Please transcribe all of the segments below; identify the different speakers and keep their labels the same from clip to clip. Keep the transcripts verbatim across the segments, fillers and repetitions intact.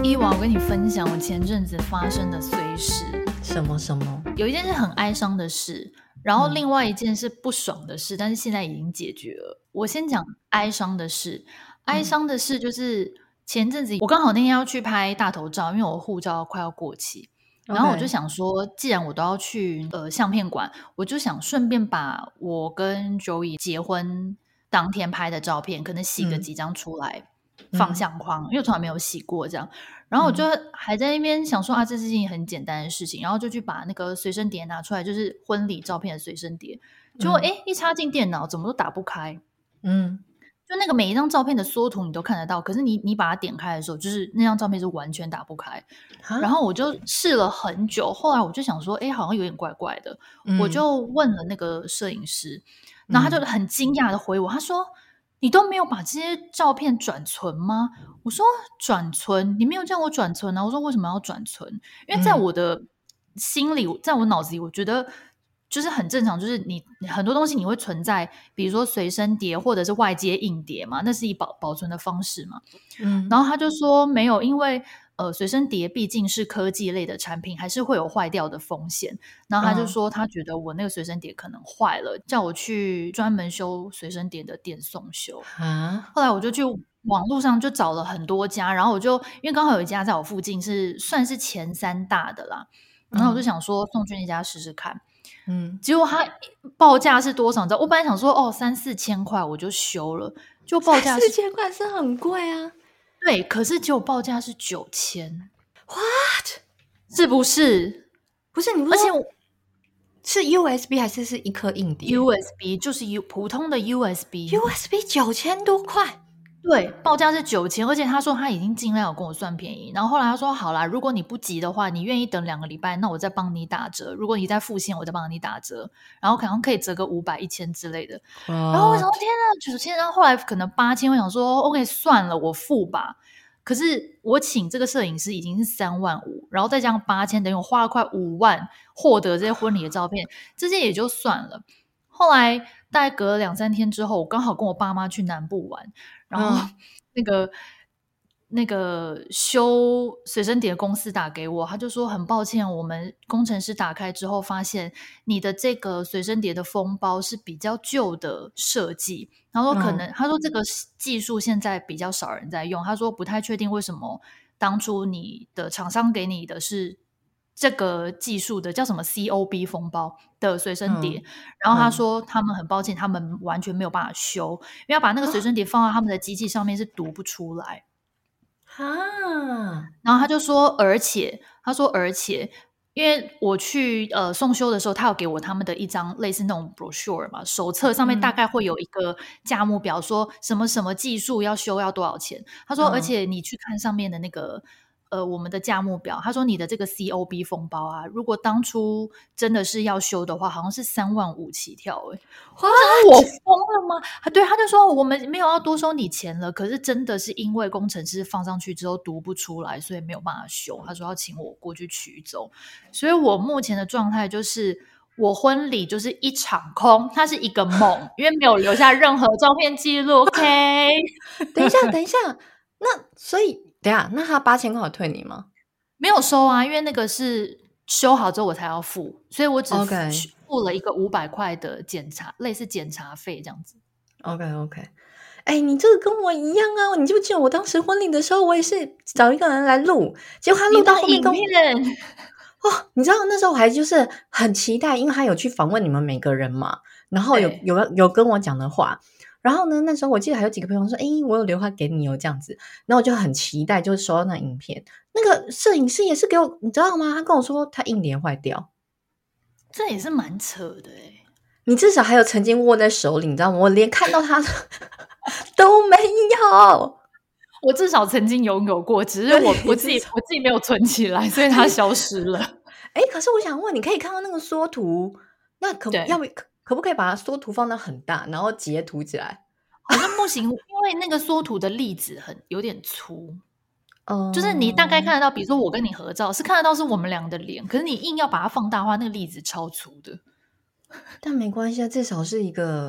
Speaker 1: 伊娃，我跟你分享我前阵子发生的碎事。
Speaker 2: 什么什么？
Speaker 1: 有一件是很哀伤的事，然后另外一件是不爽的事，嗯、但是现在已经解决了。我先讲哀伤的事。哀伤的事就是前阵子我刚好那天要去拍大头照，因为我护照快要过期，然后我就想说，既然我都要去呃相片馆，我就想顺便把我跟 Joey 结婚当天拍的照片，可能洗个几张出来。嗯、放相框，因为从来没有洗过这样，然后我就还在那边想说啊，这是件很简单的事情，然后就去把那个随身碟拿出来，就是婚礼照片的随身碟，结果哎、嗯，一插进电脑怎么都打不开，嗯，就那个每一张照片的缩图你都看得到，可是你你把它点开的时候，就是那张照片是完全打不开，然后我就试了很久，后来我就想说，哎，好像有点怪怪的，嗯、我就问了那个摄影师，然后他就很惊讶的回我，他说。你都没有把这些照片转存吗？我说转存，你没有叫我转存啊。我说为什么要转存？因为在我的心里，在我脑子里，我觉得就是很正常，就是你很多东西你会存在，比如说随身碟或者是外接硬碟嘛，那是以保保存的方式嘛。嗯，然后他就说没有，因为呃随身碟毕竟是科技类的产品，还是会有坏掉的风险。然后他就说他觉得我那个随身碟可能坏了，叫我去专门修随身碟的店送修。啊，后来我就去网络上就找了很多家，然后我就因为刚好有一家在我附近是算是前三大的啦，然后我就想说送去那家试试看。嗯，结果它报价是多少？你知道？我本来想说哦三四千块我就修了，就报价
Speaker 2: 四千块是很贵啊。
Speaker 1: 对，可是结果报价是九千
Speaker 2: ，what？
Speaker 1: 是不是？
Speaker 2: 不是，你不是，而且我是 U S B 还是是一颗硬碟
Speaker 1: ？U S B 就是 U 普通的 U S B，U
Speaker 2: S B 九千多块。
Speaker 1: 对，报价是九千，而且他说他已经尽量有跟我算便宜。然后后来他说好啦，如果你不急的话，你愿意等两个礼拜，那我再帮你打折。如果你在付现，我再帮你打折，然后可能可以折个五百、一千之类的。然后我想说天啊，九千，然后后来可能八千，我想说 OK 算了，我付吧。可是我请这个摄影师已经是三万五，然后再加上八千，等于我花了快五万获得这些婚礼的照片，这些也就算了。后来大概隔了两三天之后，我刚好跟我爸妈去南部玩，然后、嗯、那个那个修随身碟的公司打给我，他就说很抱歉，我们工程师打开之后发现你的这个随身碟的封包是比较旧的设计，然后可能、嗯、他说这个技术现在比较少人在用，他说不太确定为什么当初你的厂商给你的是这个技术的叫什么 C O B 封包的随身碟、嗯、然后他说他们很抱歉、嗯、他们完全没有办法修，因为要把那个随身碟放到他们的机器上面是读不出来啊。然后他就说而且他说而且因为我去呃送修的时候他有给我他们的一张类似那种 brochure 嘛，手册上面大概会有一个价目表，说什么什么技术要修要多少钱。他说、嗯、而且你去看上面的那个呃，我们的价目表，他说你的这个 C O B 封包啊，如果当初真的是要修的话，好像是三万五起跳哎、欸，我疯了吗？对，他就说我们没有要多收你钱了，可是真的是因为工程师放上去之后读不出来，所以没有办法修。他说要请我过去取走，所以我目前的状态就是我婚礼就是一场空，它是一个梦，因为没有留下任何照片记录。OK，
Speaker 2: 等一下，等一下，那所以。等一下，那他八千块有退你吗？
Speaker 1: 没有收啊，因为那个是修好之后我才要付，所以我只付了一个五百块的检查，类似检查费这样子。
Speaker 2: OK OK， 哎、欸，你这个跟我一样啊！你记不记得我当时婚礼的时候，我也是找一个人来录，结果他录到后面跟我哦，你知道那时候我还就是很期待，因为他有去访问你们每个人嘛，然后有有有跟我讲的话。然后呢，那时候我记得还有几个朋友说，诶，我有留话给你哦，这样子。然后我就很期待，就是收到那影片。那个摄影师也是给我，你知道吗？他跟我说他硬碟坏掉，
Speaker 1: 这也是蛮扯的诶。
Speaker 2: 你至少还有曾经握在手里，你知道吗？我连看到他都没有。
Speaker 1: 我至少曾经拥有过，只是我我自己我自己没有存起来，所以它消失了。
Speaker 2: 诶，可是我想问，你可以看到那个缩图，那可要不可可不可以把它缩图放到很大，然后截图起来？
Speaker 1: 好像不行，因为那个缩图的粒子很有点粗，嗯，就是你大概看得到，比如说我跟你合照是看得到是我们俩的脸，可是你硬要把它放大的话，那个粒子超粗的。
Speaker 2: 但没关系啊，至少是一个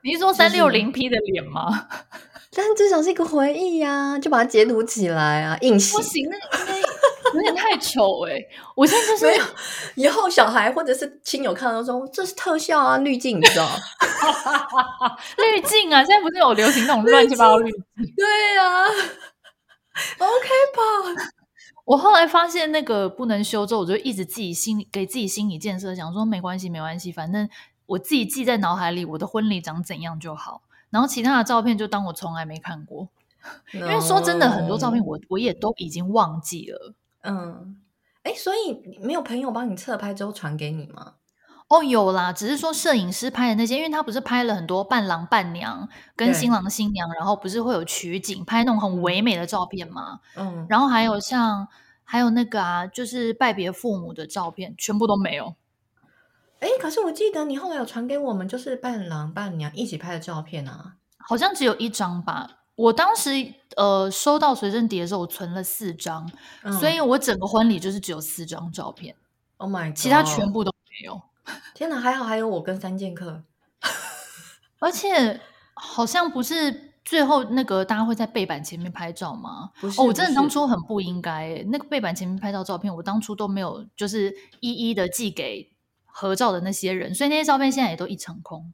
Speaker 1: 你是说三六零 P 的脸吗？
Speaker 2: 但至少是一个回忆呀、啊，就把它截图起来啊，硬洗。
Speaker 1: 不行，那应该有点太丑哎、欸！我现在就是
Speaker 2: 没有，以后小孩或者是亲友看到说这是特效啊，滤镜，你知道？
Speaker 1: 滤镜啊，现在不是有流行那种乱七八糟滤镜？
Speaker 2: 对呀、啊、，OK 吧？
Speaker 1: 我后来发现那个不能修之后，我就一直自己心里给自己心理建设，想说没关系，没关系，反正我自己记在脑海里，我的婚礼长怎样就好。然后其他的照片就当我从来没看过， no. 因为说真的，很多照片我我也都已经忘记了。
Speaker 2: 嗯，哎，所以没有朋友帮你侧拍之后传给你吗？
Speaker 1: 哦，有啦，只是说摄影师拍的那些，因为他不是拍了很多伴郎伴娘跟新郎新娘，然后不是会有取景拍那种很唯美的照片吗？嗯，然后还有像还有那个啊，就是拜别父母的照片，全部都没有。
Speaker 2: 哎，可是我记得你后来有传给我们，就是伴郎伴娘一起拍的照片啊，
Speaker 1: 好像只有一张吧。我当时呃收到随身碟的时候，我存了四张、嗯，所以我整个婚礼就是只有四张照片。
Speaker 2: Oh my god！
Speaker 1: 其他全部都没有。
Speaker 2: 天哪，还好还有我跟三剑客。
Speaker 1: 而且好像不是最后那个大家会在背板前面拍照吗？
Speaker 2: 不是，
Speaker 1: 哦，我真的当初很不应该耶，那个背板前面拍到照片，我当初都没有就是一一的寄给合照的那些人，所以那些照片现在也都一场空。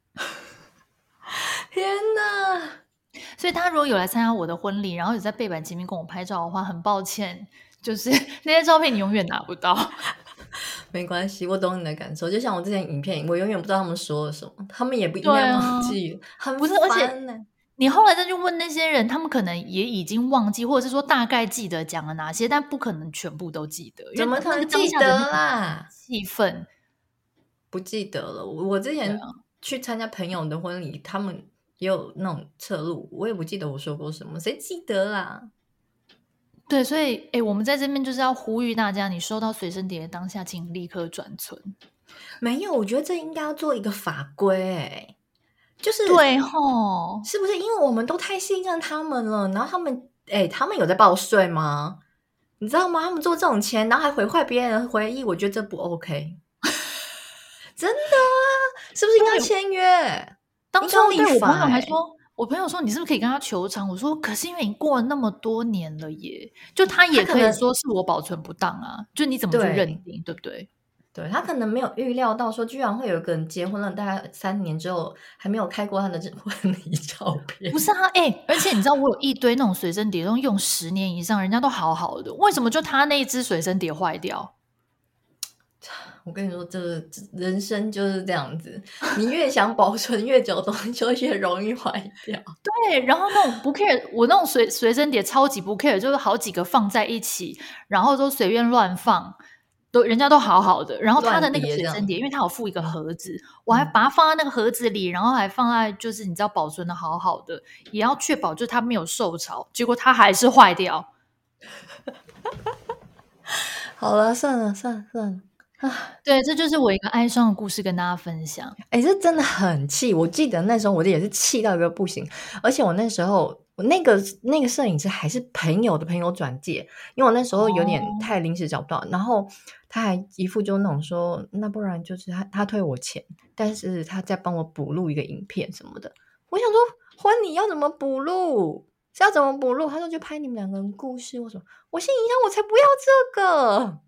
Speaker 2: 天哪！
Speaker 1: 所以他如果有来参加我的婚礼，然后有在背板前面跟我拍照的话，很抱歉，就是那些照片你永远拿不到。
Speaker 2: 没关系，我懂你的感受。就像我之前影片，我永远不知道他们说了什么，他们也不应该忘记了，很
Speaker 1: 不是，而且你后来再去问那些人，他们可能也已经忘记，或者是说大概记得讲了哪些，但不可能全部都记得。
Speaker 2: 怎么可能记得啦？
Speaker 1: 气氛
Speaker 2: 不记得了。我之前去参加朋友的婚礼，他们也有那种侧录，我也不记得我说过什么，谁记得啦？
Speaker 1: 对，所以哎，我们在这边就是要呼吁大家，你收到随身碟的当下，请立刻转存。
Speaker 2: 没有，我觉得这应该要做一个法规，哎，就是
Speaker 1: 对吼，
Speaker 2: 是不是？因为我们都太信任他们了，然后他们哎，他们有在报税吗？你知道吗？他们做这种钱，然后还毁坏别人的回忆，我觉得这不 OK。真的啊，是不是应该签约？
Speaker 1: 当初对我朋友还说。我朋友说你是不是可以跟他求偿？我说可是因为已经过了那么多年了耶，就他也可以说是我保存不当啊，就你怎么去认定， 对, 对不对？
Speaker 2: 对，他可能没有预料到说居然会有一个人结婚了大概三年之后还没有开过他的婚礼照片。
Speaker 1: 不是啊，哎、欸，而且你知道我有一堆那种随身碟都用十年以上，人家都好好的，为什么就他那一只随身碟坏掉？
Speaker 2: 我跟你说，这人生就是这样子，你越想保存越久的东西，就越容易坏掉。
Speaker 1: 对，然后那种不 care， 我那种随随身碟超级不 care， 就是好几个放在一起，然后都随便乱放，都人家都好好的。然后他的那个随身碟，因为他有附一个盒子，嗯、我还把它放在那个盒子里，然后还放在就是你知道保存的好好的，也要确保就是它没有受潮，结果它还是坏掉。
Speaker 2: 好了，算了算了算了。
Speaker 1: 对，这就是我一个哀伤的故事跟大家分享。
Speaker 2: 哎、欸，这真的很气！我记得那时候我也是气到一个不行，而且我那时候我那个那个摄影师还是朋友的朋友转介，因为我那时候有点太临时找不到，哦、然后他还一副就那种说，那不然就是他他退我钱，但是他再帮我补录一个影片什么的。我想说婚礼要怎么补录？是要怎么补录？他说就拍你们两个人故事或什么。我心里想我才不要这个。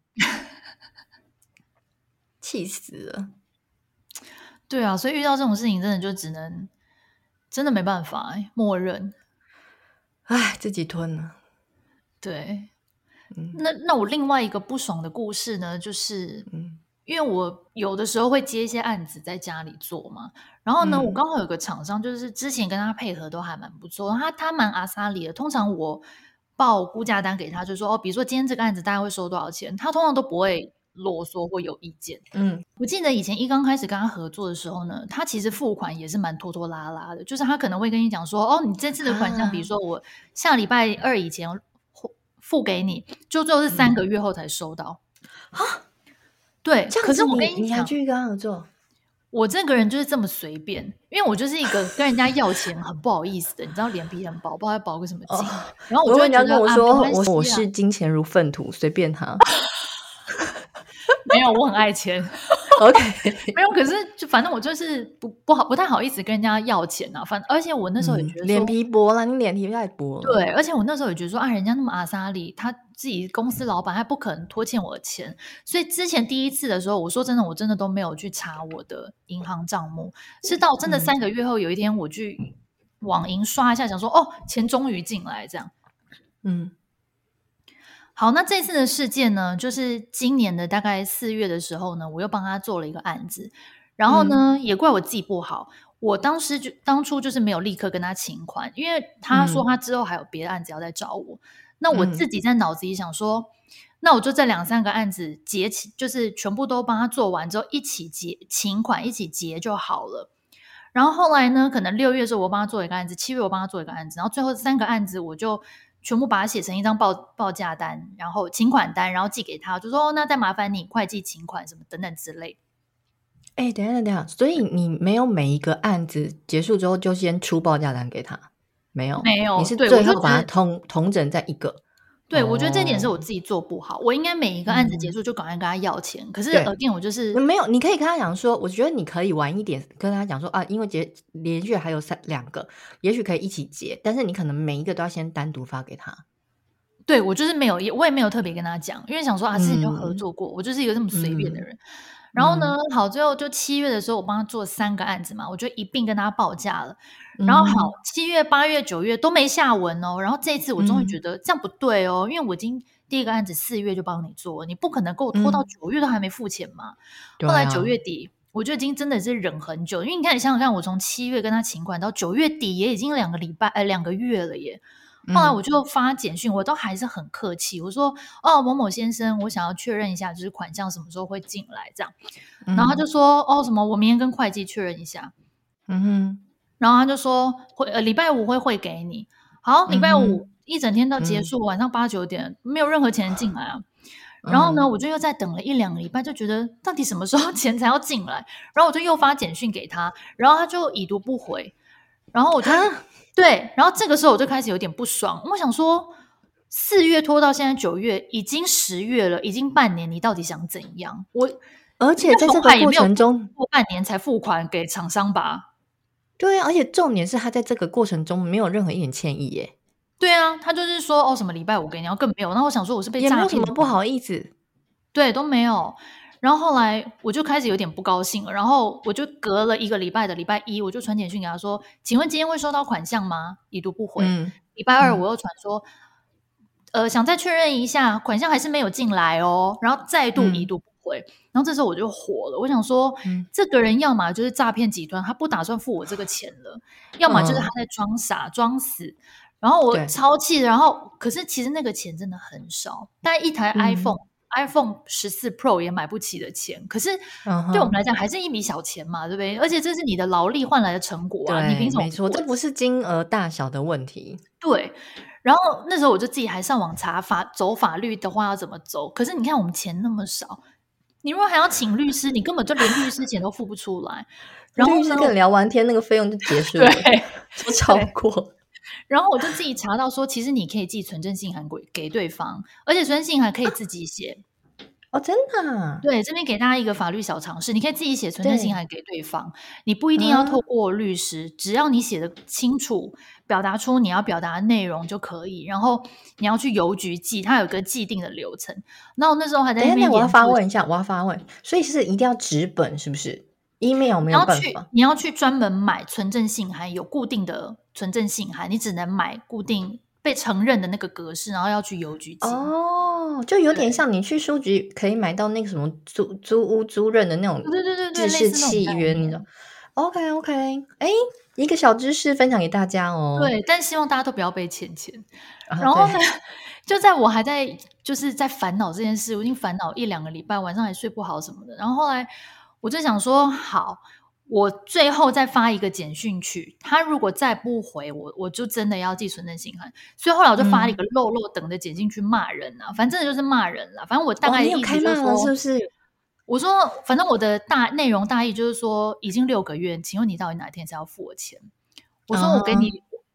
Speaker 2: 气死了！
Speaker 1: 对啊，所以遇到这种事情，真的就只能真的没办法，默认，
Speaker 2: 唉，自己吞了。
Speaker 1: 对，嗯、那那我另外一个不爽的故事呢，就是，嗯，因为我有的时候会接一些案子在家里做嘛，然后呢，嗯、我刚好有个厂商，就是之前跟他配合都还蛮不错，他他蛮阿萨里的，通常我报估价单给他，就说哦，比如说今天这个案子大概会收多少钱，他通常都不会啰嗦或有意见。嗯，我记得以前一刚开始跟他合作的时候呢，他其实付款也是蛮拖拖拉拉的，就是他可能会跟你讲说，哦，你这次的款项，啊、比如说我下礼拜二以前付给你，就最后是三个月后才收到。啊、嗯，对，可是我跟
Speaker 2: 你讲，你还去跟他合作？
Speaker 1: 我这个人就是这么随便，因为我就是一个跟人家要钱很不好意思的，你知道脸皮很薄，不知道要薄个什么劲。哦、然后我就会觉得
Speaker 2: 跟我说，
Speaker 1: 啊、
Speaker 2: 我我是金钱如粪土，随便他。
Speaker 1: 没有，我很爱钱。
Speaker 2: OK，
Speaker 1: 没有，可是就反正我就是不不好不太好意思跟人家要钱啊。反而且我那时候也觉得说、
Speaker 2: 嗯、脸皮薄了，你脸皮太薄了。
Speaker 1: 对，而且我那时候也觉得说啊，人家那么阿莎里，他自己公司老板，他不可能拖欠我的钱。所以之前第一次的时候，我说真的，我真的都没有去查我的银行账目，是到真的三个月后，有一天我去网银刷一下，想说哦，钱终于进来，这样。
Speaker 2: 嗯。
Speaker 1: 好，那这次的事件呢，就是今年的大概四月的时候呢，我又帮他做了一个案子，然后呢，嗯、也怪我自己不好，我当时就当初就是没有立刻跟他请款，因为他说他之后还有别的案子要再找我，嗯、那我自己在脑子里想说，那我就这两三个案子结起，就是全部都帮他做完之后一起结请款一起结就好了。然后后来呢，可能六月的时候我帮他做一个案子，七月我帮他做一个案子，然后最后三个案子我就全部把它写成一张报报价单，然后请款单，然后寄给他，就说、哦、那再麻烦你会计请款什么等等之类。
Speaker 2: 哎，等一下等一下，所以你没有每一个案子结束之后就先出报价单给他？没有，
Speaker 1: 没有，
Speaker 2: 你是最后把它统统整在一个。
Speaker 1: 对，我觉得这点是我自己做不好，我应该每一个案子结束就赶快跟他要钱。嗯、可是 again 我就是
Speaker 2: 没有，你可以跟他讲说，我觉得你可以晚一点跟他讲说啊，因为结连续还有三两个，也许可以一起结，但是你可能每一个都要先单独发给他。
Speaker 1: 对，我就是没有，我也没有特别跟他讲，因为想说啊，之前就合作过，嗯、我就是一个这么随便的人。嗯、然后呢，好，最后就七月的时候，我帮他做三个案子嘛，我就一并跟他报价了。然后好，七月、八月、九月都没下文哦。然后这一次我终于觉得这样不对哦，嗯、因为我已经第一个案子四月就帮你做，你不可能给我拖到九月都还没付钱嘛。嗯、后来九月底，我就已经真的是忍很久，因为你看，你想想看，我从七月跟他请款到九月底，也已经两个礼拜，呃，两个月了耶。后来我就发简讯，我都还是很客气，我说哦，某某先生，我想要确认一下，就是款项什么时候会进来这样。然后他就说哦，什么我明天跟会计确认一下。嗯哼。然后他就说会呃礼拜五会汇给你。好，礼拜五一整天到结束，嗯、晚上八九点没有任何钱进来啊。然后呢，我就又再等了一两个礼拜，就觉得到底什么时候钱才要进来？然后我就又发简讯给他，然后他就已读不回。然后我就对，然后这个时候我就开始有点不爽，我想说四月拖到现在九月，已经十月了，已经半年，你到底想怎样？我
Speaker 2: 而且在这个过程中，
Speaker 1: 过半年才付款给厂商吧？
Speaker 2: 对啊，而且重点是他在这个过程中没有任何一点歉意耶。
Speaker 1: 对啊，他就是说哦什么礼拜五给你，然后更没有。那我想说我是被诈骗，
Speaker 2: 也没有什么不好意思，
Speaker 1: 对，都没有。然后后来我就开始有点不高兴了，然后我就隔了一个礼拜的礼拜一，我就传简讯给他说：“请问今天会收到款项吗？”已读不回。嗯、礼拜二我又传说：“嗯、呃，想再确认一下，款项还是没有进来哦。”然后再度已读不回。嗯、然后这时候我就火了，我想说，嗯、这个人要么就是诈骗集团，他不打算付我这个钱了；要么就是他在装傻、嗯、装死。然后我超气，然后可是其实那个钱真的很少，大概一台 iPhone、嗯、iPhone 十四 Pro 也买不起的钱，可是对我们来讲还是一笔小钱嘛，对不对？而且这是你的劳力换来的成果啊，你凭什么？
Speaker 2: 没错，这不是金额大小的问题。
Speaker 1: 对，然后那时候我就自己还上网查法，走法律的话要怎么走。可是你看我们钱那么少，你如果还要请律师，你根本就连律师钱都付不出来。然后
Speaker 2: 律师跟你聊完天，那个费用就结束了，不超过。
Speaker 1: 然后我就自己查到说，其实你可以寄存证信函给给对方，而且存证信函可以自己写。
Speaker 2: 哦，真的、啊？
Speaker 1: 对，这边给大家一个法律小常识，你可以自己写存证信函给对方，你不一定要透过律师，嗯、只要你写的清楚，表达出你要表达的内容就可以。然后你要去邮局寄，它有个既定的流程。那我那时候还在那边研究。
Speaker 2: 我要发问一下，我要发问，所以是一定要纸本，是不是 ？email 没有办法。
Speaker 1: 你要去专门买存证信函，有固定的存证信函，你只能买固定被承认的那个格式，然后要去邮局寄。
Speaker 2: 哦，就有点像你去书局可以买到那个什么租租屋租赁的那种，
Speaker 1: 对对对对，
Speaker 2: 知识契约那种。OK OK， 哎，一个小知识分享给大家哦。
Speaker 1: 对，但希望大家都不要被欠钱。啊、然后呢，就在我还在就是在烦恼这件事，我已经烦恼一两个礼拜，晚上还睡不好什么的。然后后来我就想说，好。我最后再发一个简讯去，他如果再不回我，我就真的要寄存证信函。所以后来我就发了一个漏漏等的简讯去骂人啊，嗯、反正就是骂人啦。反正我大概
Speaker 2: 意思就是说，哦、是不是？
Speaker 1: 我说，反正我的大内容大意就是说，已经六个月，请问你到底哪天才要付我钱？我说我给你、嗯、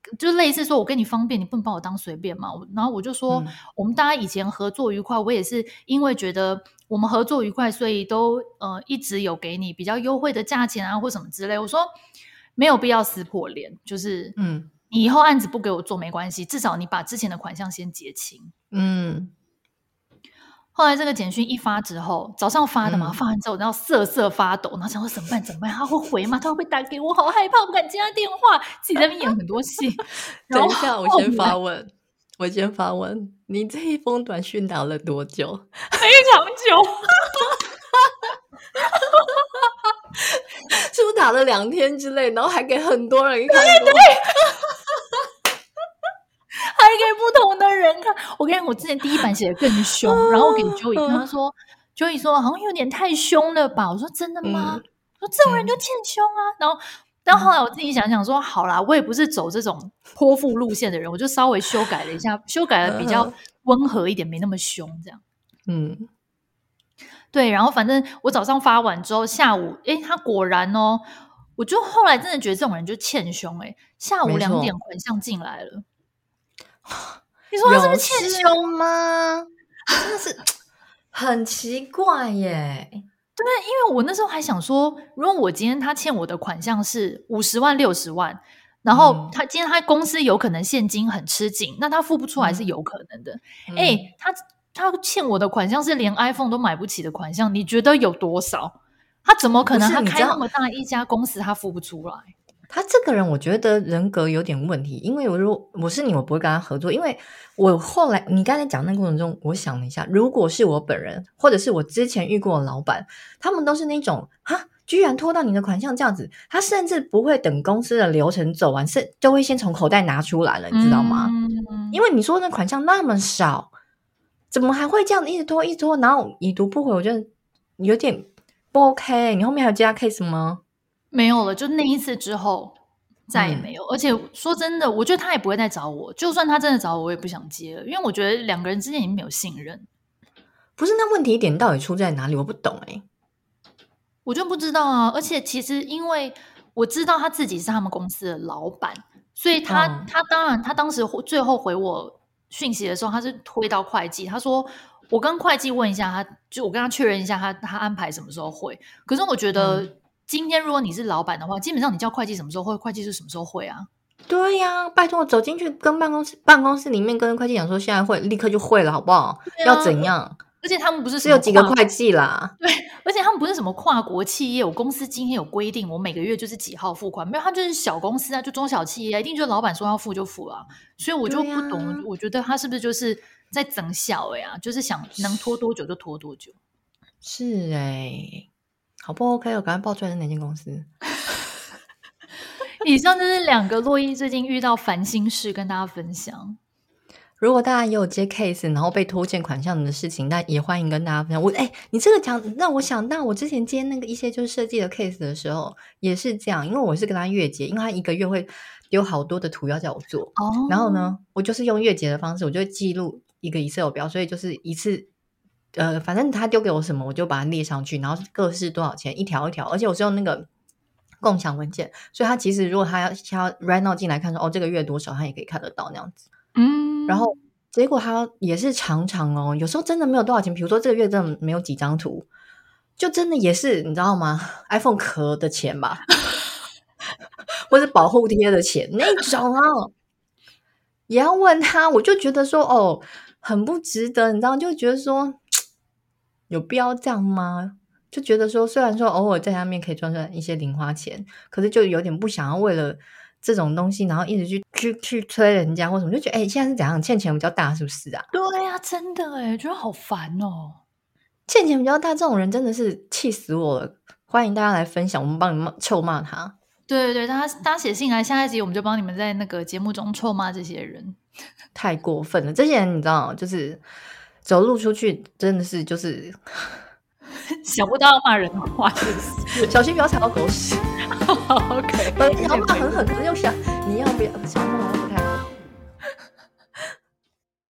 Speaker 1: 就类似说我跟你方便，你不能把我当随便嘛。然后我就说、嗯、我们大家以前合作愉快，我也是因为觉得我们合作愉快，所以都呃一直有给你比较优惠的价钱啊或什么之类。我说没有必要撕破脸，就是嗯，你以后案子不给我做没关系，至少你把之前的款项先结清。嗯。后来这个简讯一发之后，早上发的嘛、嗯、发完之后然后瑟瑟发抖，然后想说怎么办怎么办，他会回吗？他会不会打给我？好害怕，不敢接他电话，自己在那边演很多戏。
Speaker 2: 等一下我先发问我先发问你这一封短讯打了多久？
Speaker 1: 非常久。
Speaker 2: 是不是打了两天之类，然后还给很多人看过？
Speaker 1: 对对对还给不同的人看。我跟你讲，我之前第一版写的更凶，然后我给 Joey 看，他说 Joey 说好像有点太凶了吧。我说真的吗？嗯、我说这种人就欠凶啊。嗯、然后但后来我自己想想说，好啦，我也不是走这种泼妇路线的人，我就稍微修改了一下，修改了比较温和一点，没那么凶这样。嗯，对。然后反正我早上发完之后，下午诶他果然哦，我就后来真的觉得这种人就欠凶诶下午两点款项进来了。你说他是不是欠凶
Speaker 2: 吗？真的是很奇怪耶。
Speaker 1: 对，因为我那时候还想说，如果我今天他欠我的款项是五十万六十万，然后他今天他公司有可能现金很吃紧，那他付不出来是有可能的。哎、嗯欸，他他欠我的款项是连 iPhone 都买不起的款项，你觉得有多少？他怎么可能他开那么大一家公司他付不出来？
Speaker 2: 他这个人我觉得人格有点问题，因为我如果我是你我不会跟他合作，因为我后来你刚才讲那个过程中我想了一下，如果是我本人或者是我之前遇过的老板，他们都是那种哈居然拖到你的款项这样子，他甚至不会等公司的流程走完是就会先从口袋拿出来了，你知道吗、嗯、因为你说那款项那么少，怎么还会这样一直拖一直拖，然后已读不回，我觉得有点不 OK。 你后面还有其他 case 吗？
Speaker 1: 没有了，就那一次之后再也没有、嗯、而且说真的我觉得他也不会再找我，就算他真的找我我也不想接了，因为我觉得两个人之间已经没有信任。
Speaker 2: 不是，那问题点到底出在哪里？我不懂欸。
Speaker 1: 我就不知道啊，而且其实因为我知道他自己是他们公司的老板，所以他、嗯、他当然他当时最后回我讯息的时候，他是推到会计，他说我跟会计问一下他，就我跟他确认一下他他安排什么时候会。可是我觉得、嗯今天如果你是老板的话，基本上你叫会计什么时候会，会计是什么时候会啊？
Speaker 2: 对呀、啊，拜托走进去跟办公室办公室里面跟会计讲说现在会，立刻就会了好不好、啊、要怎样？
Speaker 1: 而且他们不是
Speaker 2: 只有几个会计啦，
Speaker 1: 对，而且他们不是什么跨国企业，我公司今天有规定我每个月就是几号付款，没有，他就是小公司啊，就中小企业、啊、一定就是老板说要付就付啊，所以我就不懂、啊、我觉得他是不是就是在整小哎啊，就是想能拖多久就拖多久。
Speaker 2: 是哎、欸好不 OK， 我赶快报出来是哪间公司。
Speaker 1: 以上就是两个洛伊最近遇到烦心事跟大家分享。
Speaker 2: 如果大家也有接 case 然后被拖欠款项的事情，那也欢迎跟大家分享。我哎，你这个讲让我想到我之前接那个一些就是设计的 case 的时候也是这样，因为我是跟他月结，因为他一个月会丢好多的图要叫我做、哦、然后呢我就是用月结的方式，我就会记录一个 Excel 表，所以就是一次呃，反正他丢给我什么我就把它列上去，然后各式多少钱一条一条，而且我是用那个共享文件，所以他其实如果他要他 right now 进来看说哦这个月多少，他也可以看得到那样子。嗯，然后结果他也是常常哦，有时候真的没有多少钱，比如说这个月真的没有几张图，就真的也是你知道吗 iPhone 壳的钱吧或是保护贴的钱那种哦，也要问他，我就觉得说哦很不值得，你知道，就觉得说有必要这样吗？就觉得说虽然说偶尔在他面可以赚赚一些零花钱，可是就有点不想要为了这种东西然后一直去去去催人家或什么，就觉得哎、欸，现在是怎样欠钱比较大是不是啊？
Speaker 1: 对啊，真的哎，觉得好烦哦。
Speaker 2: 欠钱比较大这种人真的是气死我了，欢迎大家来分享，我们帮你们臭骂他。
Speaker 1: 对对对，大家大家写信来，下一集我们就帮你们在那个节目中臭骂这些人。
Speaker 2: 太过分了，这些人你知道就是走路出去真的是就是
Speaker 1: 想不到要骂人的话，就是
Speaker 2: 小心不要踩到狗屎。
Speaker 1: OK，
Speaker 2: 本来想要骂很狠，可是又想你要不要想骂不太